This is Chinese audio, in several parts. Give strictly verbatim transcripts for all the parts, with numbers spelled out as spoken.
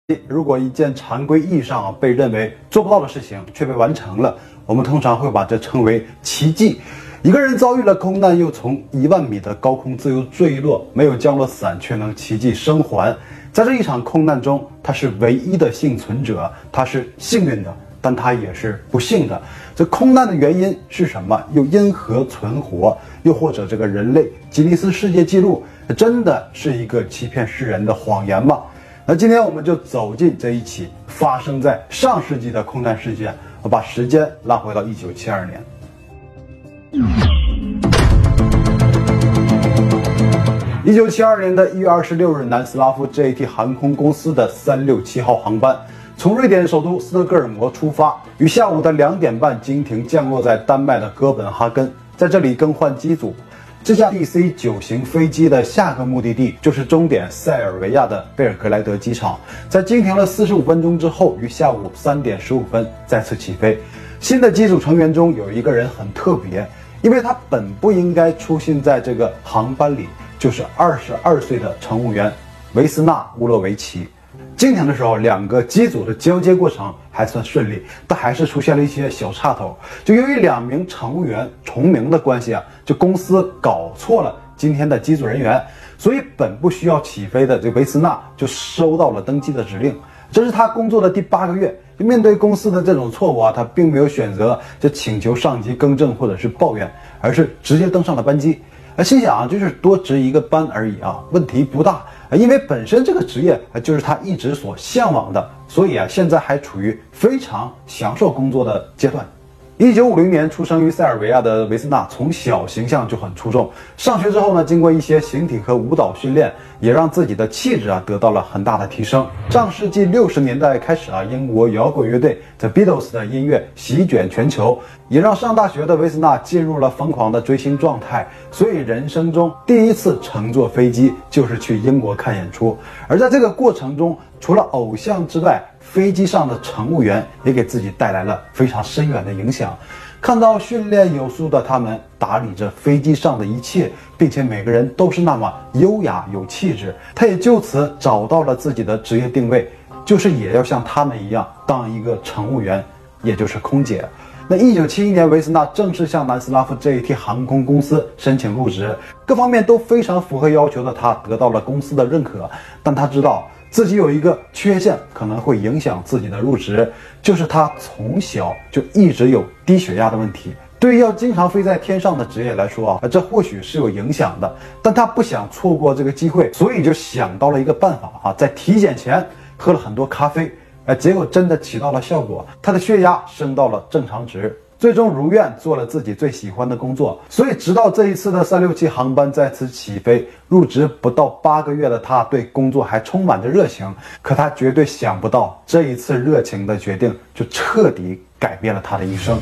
如果一件常规意义上被认为做不到的事情却被完成了，我们通常会把这称为奇迹。一个人遭遇了空难，又从一万米的高空自由坠落，没有降落伞却能奇迹生还。在这一场空难中，他是唯一的幸存者，他是幸运的，但他也是不幸的。这空难的原因是什么？又因何存活？又或者这个人类吉尼斯世界纪录真的是一个欺骗世人的谎言吗？那今天我们就走进这一起发生在上世纪的空难事件，我把时间拉回到一九七二年。一九七二年的一月二十六日，南斯拉夫 J A T 航空公司的三六七号航班从瑞典首都斯德哥尔摩出发，于下午的两点半经停降落在丹麦的哥本哈根，在这里更换机组。这架 D C 九型飞机的下个目的地就是终点塞尔维亚的贝尔格莱德机场。在经停了四十五分钟之后，于下午三点十五分再次起飞。新的机组成员中有一个人很特别，因为他本不应该出现在这个航班里，就是二十二岁的乘务员维斯纳乌洛维奇。经停的时候，两个机组的交接过程还算顺利，但还是出现了一些小岔头。就由于两名乘务员重名的关系啊，就公司搞错了今天的机组人员，所以本不需要起飞的这维斯纳就收到了登机的指令。这是他工作的第八个月，面对公司的这种错误啊，他并没有选择就请求上级更正或者是抱怨，而是直接登上了班机。而心想啊，就是多值一个班而已啊，问题不大。因为本身这个职业就是他一直所向往的，所以啊，现在还处于非常享受工作的阶段。一九五零年出生于塞尔维亚的维斯纳，从小形象就很出众。上学之后呢，经过一些形体和舞蹈训练，也让自己的气质啊得到了很大的提升。上世纪六十年代开始啊，英国摇滚乐队 The Beatles 的音乐席卷全球，也让上大学的维斯纳进入了疯狂的追星状态。所以人生中第一次乘坐飞机就是去英国看演出。而在这个过程中，除了偶像之外，飞机上的乘务员也给自己带来了非常深远的影响。看到训练有素的他们打理着飞机上的一切，并且每个人都是那么优雅有气质，他也就此找到了自己的职业定位，就是也要像他们一样当一个乘务员，也就是空姐。那一九七一年，维斯纳正式向南斯拉夫 J A T 航空公司申请入职，各方面都非常符合要求的他得到了公司的认可，但他知道自己有一个缺陷，可能会影响自己的入职，就是他从小就一直有低血压的问题。对于要经常飞在天上的职业来说啊，这或许是有影响的，但他不想错过这个机会，所以就想到了一个办法啊，在体检前喝了很多咖啡，呃，结果真的起到了效果，他的血压升到了正常值。最终如愿做了自己最喜欢的工作，所以直到这一次的三六七航班再次起飞，入职不到八个月的他对工作还充满着热情，可他绝对想不到这一次热情的决定就彻底改变了他的一生。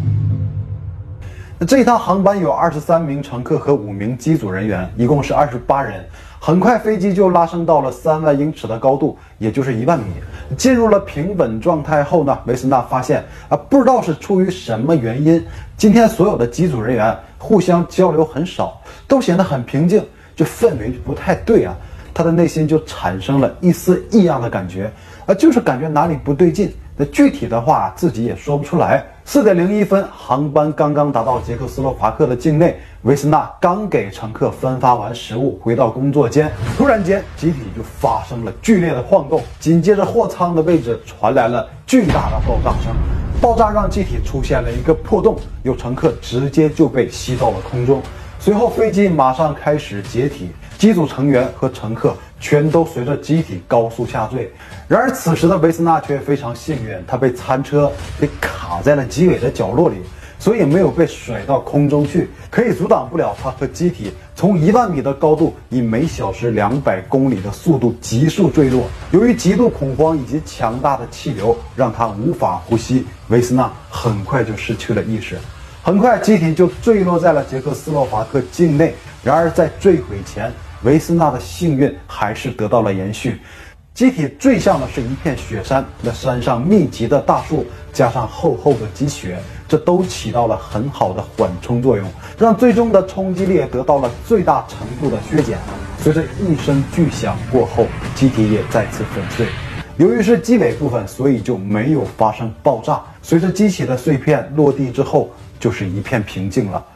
这一趟航班有二十三名乘客和五名机组人员，一共是二十八人。很快飞机就拉升到了三万英尺的高度，也就是一万米。进入了平稳状态后呢，维斯纳发现啊，不知道是出于什么原因，今天所有的机组人员互相交流很少，都显得很平静，这氛围不太对啊。他的内心就产生了一丝异样的感觉，啊，就是感觉哪里不对劲。那具体的话自己也说不出来。四点零一分，航班刚刚达到捷克斯洛伐克的境内，维斯纳刚给乘客分发完食物，回到工作间，突然间机体就发生了剧烈的晃动，紧接着货舱的位置传来了巨大的爆炸声，爆炸让机体出现了一个破洞，有乘客直接就被吸到了空中。随后飞机马上开始解体，机组成员和乘客全都随着机体高速下坠。然而此时的维斯纳却非常幸运，他被餐车给卡在了机尾的角落里，所以没有被甩到空中去，可以阻挡不了他和机体从一万米的高度以每小时两百公里的速度急速坠落。由于极度恐慌以及强大的气流让他无法呼吸，维斯纳很快就失去了意识。很快机体就坠落在了捷克斯洛伐克境内。然而在坠毁前，维斯纳的幸运还是得到了延续。机体坠向的是一片雪山，那山上密集的大树加上厚厚的积雪，这都起到了很好的缓冲作用，让最终的冲击力得到了最大程度的削减。随着一声巨响过后，机体也再次粉碎。 由于是机尾部分，所以就没有发生爆炸。随着机体的碎片落地之后，就是一片平静了。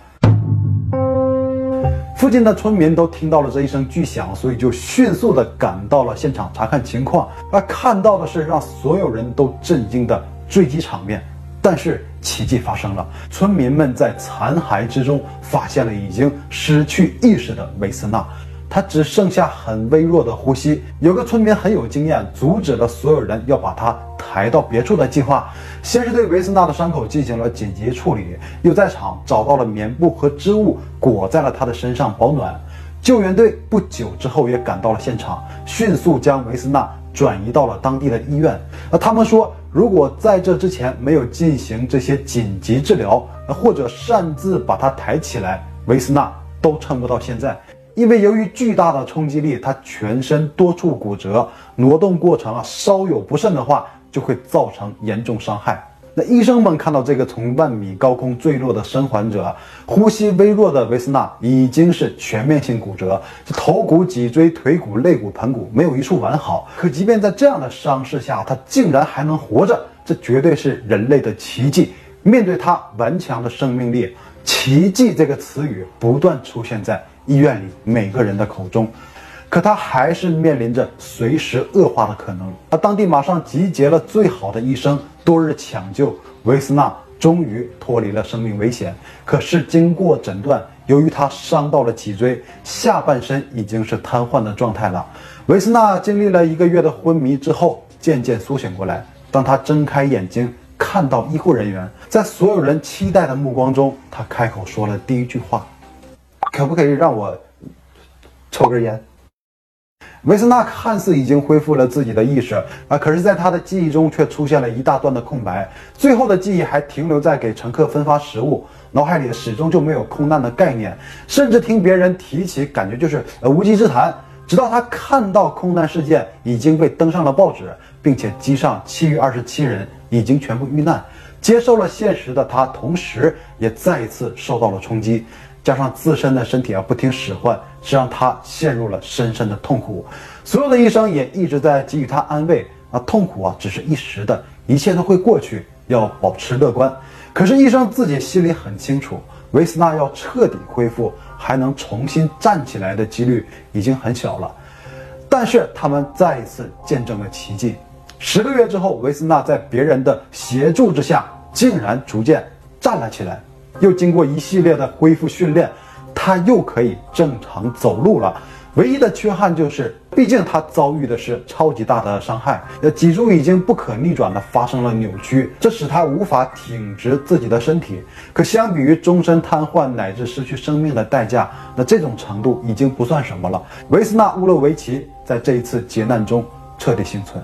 附近的村民都听到了这一声巨响，所以就迅速的赶到了现场查看情况。而看到的是让所有人都震惊的坠机场面。但是奇迹发生了，村民们在残骸之中发现了已经失去意识的维斯纳，他只剩下很微弱的呼吸。有个村民很有经验，阻止了所有人要把他抬到别处的计划。先是对维斯纳的伤口进行了紧急处理，又在场找到了棉布和织物，裹在了他的身上保暖。救援队不久之后也赶到了现场，迅速将维斯纳转移到了当地的医院。那他们说，如果在这之前没有进行这些紧急治疗，或者擅自把他抬起来，维斯纳都撑不到现在。因为由于巨大的冲击力，他全身多处骨折，挪动过程啊稍有不慎的话，就会造成严重伤害。那医生们看到这个从万米高空坠落的生还者，呼吸微弱的维斯纳已经是全面性骨折，头骨、脊椎、腿骨、肋骨、盆骨没有一处完好。可即便在这样的伤势下，他竟然还能活着，这绝对是人类的奇迹。面对他顽强的生命力，奇迹这个词语不断出现在医院里每个人的口中。可他还是面临着随时恶化的可能。而当地马上集结了最好的医生，多日抢救，维斯纳终于脱离了生命危险。可是经过诊断，由于他伤到了脊椎，下半身已经是瘫痪的状态了。维斯纳经历了一个月的昏迷之后，渐渐苏醒过来。当他睁开眼睛，看到医护人员，在所有人期待的目光中，他开口说了第一句话：可不可以让我抽根烟？维斯纳看似已经恢复了自己的意识啊，可是在他的记忆中却出现了一大段的空白，最后的记忆还停留在给乘客分发食物，脑海里始终就没有空难的概念，甚至听别人提起，感觉就是呃无稽之谈。直到他看到空难事件已经被登上了报纸，并且机上其余二十七人已经全部遇难，接受了现实的他，同时也再一次受到了冲击。加上自身的身体啊不听使唤，是让他陷入了深深的痛苦。所有的医生也一直在给予他安慰啊，痛苦啊只是一时的，一切都会过去，要保持乐观。可是医生自己心里很清楚，维斯纳要彻底恢复，还能重新站起来的几率已经很小了。但是他们再一次见证了奇迹。十个月之后，维斯纳在别人的协助之下，竟然逐渐站了起来。又经过一系列的恢复训练，他又可以正常走路了。唯一的缺憾就是，毕竟他遭遇的是超级大的伤害，呃，脊柱已经不可逆转的发生了扭曲，这使他无法挺直自己的身体。可相比于终身瘫痪乃至失去生命的代价，那这种程度已经不算什么了。维斯纳乌洛维奇在这一次劫难中彻底幸存。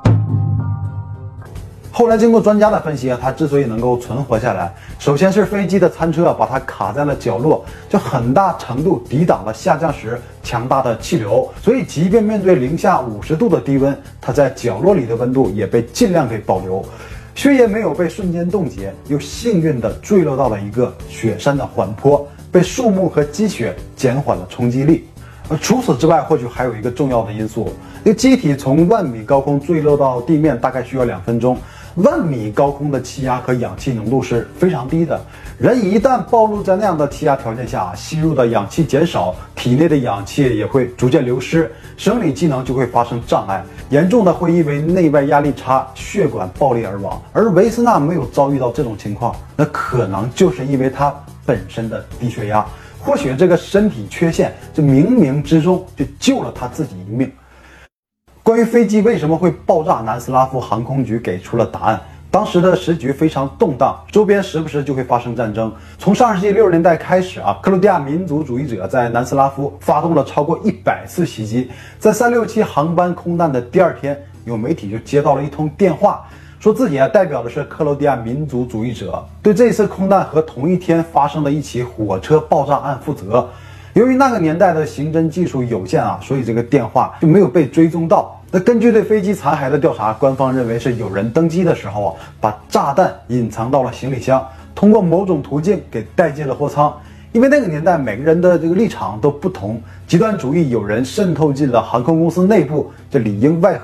后来经过专家的分析啊，他之所以能够存活下来，首先是飞机的餐车把他卡在了角落，就很大程度抵挡了下降时强大的气流，所以即便面对零下五十度的低温，他在角落里的温度也被尽量给保留，血液没有被瞬间冻结，又幸运地坠落到了一个雪山的缓坡，被树木和积雪减缓了冲击力。而除此之外，或许还有一个重要的因素，因为机体从万米高空坠落到地面大概需要两分钟。万米高空的气压和氧气浓度是非常低的，人一旦暴露在那样的气压条件下，吸入的氧气减少，体内的氧气也会逐渐流失，生理机能就会发生障碍，严重的会因为内外压力差、血管爆裂而亡。而维斯纳没有遭遇到这种情况，那可能就是因为他本身的低血压，或许这个身体缺陷就冥冥之中就救了他自己一命。关于飞机为什么会爆炸，南斯拉夫航空局给出了答案。当时的时局非常动荡，周边时不时就会发生战争。从上世纪六十年代开始啊，克罗地亚民族主义者在南斯拉夫发动了超过一百次袭击。在三六七航班空难的第二天，有媒体就接到了一通电话，说自己啊代表的是克罗地亚民族主义者，对这次空难和同一天发生的一起火车爆炸案负责。由于那个年代的刑侦技术有限啊，所以这个电话就没有被追踪到。那根据对飞机残骸的调查，官方认为是有人登机的时候啊，把炸弹隐藏到了行李箱，通过某种途径给带进了货舱。因为那个年代每个人的这个立场都不同，极端主义有人渗透进了航空公司内部，这里应外合，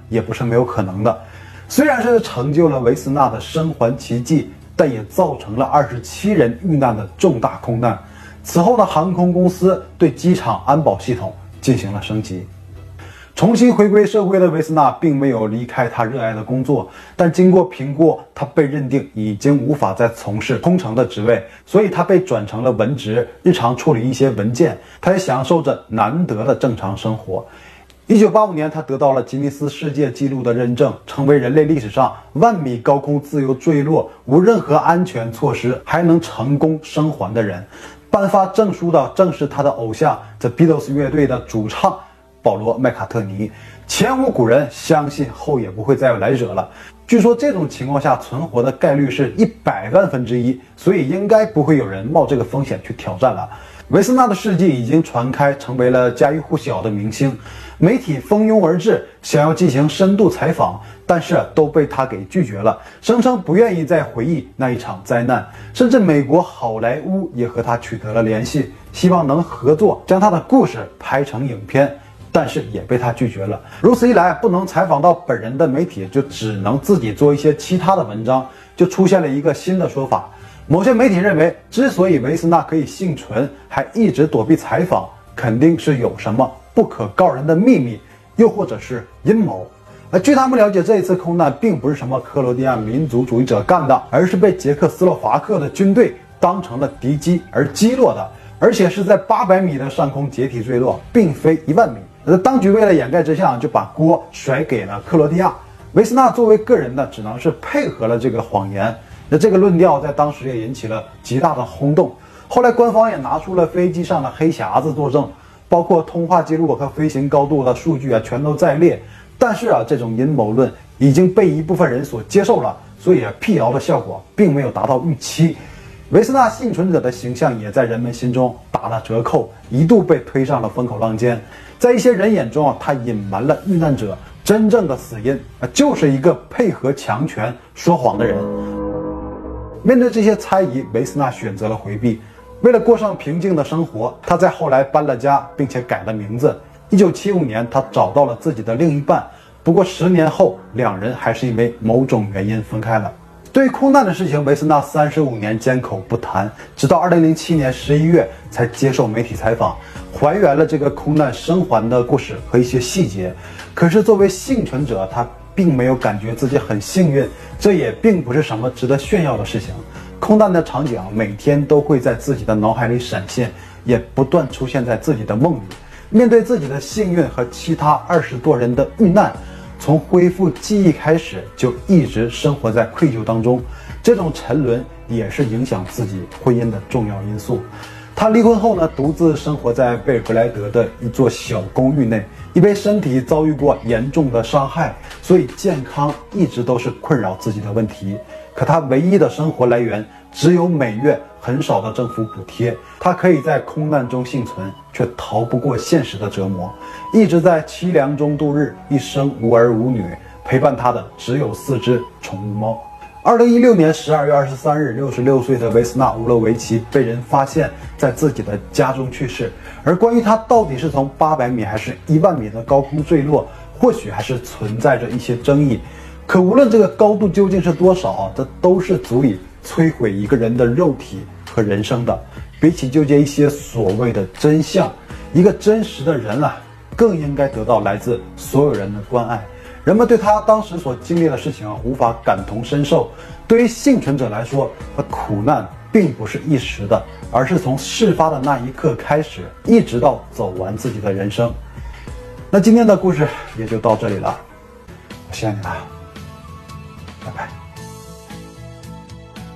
也不是没有可能的。虽然是成就了维斯纳的生还奇迹，但也造成了二十七人遇难的重大空难。此后的航空公司对机场安保系统进行了升级。重新回归社会的维斯纳并没有离开他热爱的工作，但经过评估，他被认定已经无法再从事空乘的职位，所以他被转成了文职，日常处理一些文件。他也享受着难得的正常生活。一九八五年，他得到了吉尼斯世界纪录的认证，成为人类历史上万米高空自由坠落，无任何安全措施还能成功生还的人。颁发证书的正是他的偶像 The Beatles 乐队的主唱保罗·麦卡特尼。前无古人，相信后也不会再有来者了。据说这种情况下存活的概率是一百万分之一，所以应该不会有人冒这个风险去挑战了。维斯纳的事迹已经传开，成为了家喻户晓的明星，媒体蜂拥而至，想要进行深度采访，但是都被他给拒绝了，声称不愿意再回忆那一场灾难。甚至美国好莱坞也和他取得了联系，希望能合作将他的故事拍成影片，但是也被他拒绝了。如此一来，不能采访到本人的媒体就只能自己做一些其他的文章，就出现了一个新的说法。某些媒体认为，之所以维斯纳可以幸存，还一直躲避采访，肯定是有什么不可告人的秘密，又或者是阴谋。而据他们了解，这一次空难并不是什么克罗地亚民族主义者干的，而是被捷克斯洛伐克的军队当成了敌机而击落的，而且是在八百米的上空解体坠落，并非一万米。而当局为了掩盖真相，就把锅甩给了克罗地亚。维斯纳作为个人呢，只能是配合了这个谎言。那这个论调在当时也引起了极大的轰动。后来官方也拿出了飞机上的黑匣子作证，包括通话记录和飞行高度的数据啊，全都在列。但是啊，这种阴谋论已经被一部分人所接受了，所以啊，辟谣的效果并没有达到预期。维斯纳幸存者的形象也在人们心中打了折扣，一度被推上了风口浪尖。在一些人眼中啊，他隐瞒了遇难者真正的死因啊，就是一个配合强权说谎的人。面对这些猜疑，维斯纳选择了回避。为了过上平静的生活，他在后来搬了家，并且改了名字。一九七五年，他找到了自己的另一半，不过十年后，两人还是因为某种原因分开了。对于空难的事情，维斯纳三十五年缄口不谈，直到二零零七年十一月才接受媒体采访，还原了这个空难生还的故事和一些细节。可是作为幸存者，他并没有感觉自己很幸运，这也并不是什么值得炫耀的事情。空难的场景每天都会在自己的脑海里闪现，也不断出现在自己的梦里。面对自己的幸运和其他二十多人的遇难，从恢复记忆开始就一直生活在愧疚当中，这种沉沦也是影响自己婚姻的重要因素。他离婚后呢，独自生活在贝尔格莱德的一座小公寓内，因为身体遭遇过严重的伤害，所以健康一直都是困扰自己的问题。可他唯一的生活来源只有每月很少的政府补贴，他可以在空难中幸存，却逃不过现实的折磨，一直在凄凉中度日，一生无儿无女，陪伴他的只有四只宠物猫。二零一六年十二月二十三日，六十六岁的维斯纳乌洛维奇被人发现在自己的家中去世。而关于他到底是从八百米还是一万米的高空坠落，或许还是存在着一些争议。可无论这个高度究竟是多少，这都是足以摧毁一个人的肉体和人生的。比起纠结一些所谓的真相，一个真实的人啊，更应该得到来自所有人的关爱。人们对他当时所经历的事情啊，无法感同身受。对于幸存者来说，苦难并不是一时的，而是从事发的那一刻开始，一直到走完自己的人生。那今天的故事也就到这里了，我谢谢你了，拜拜。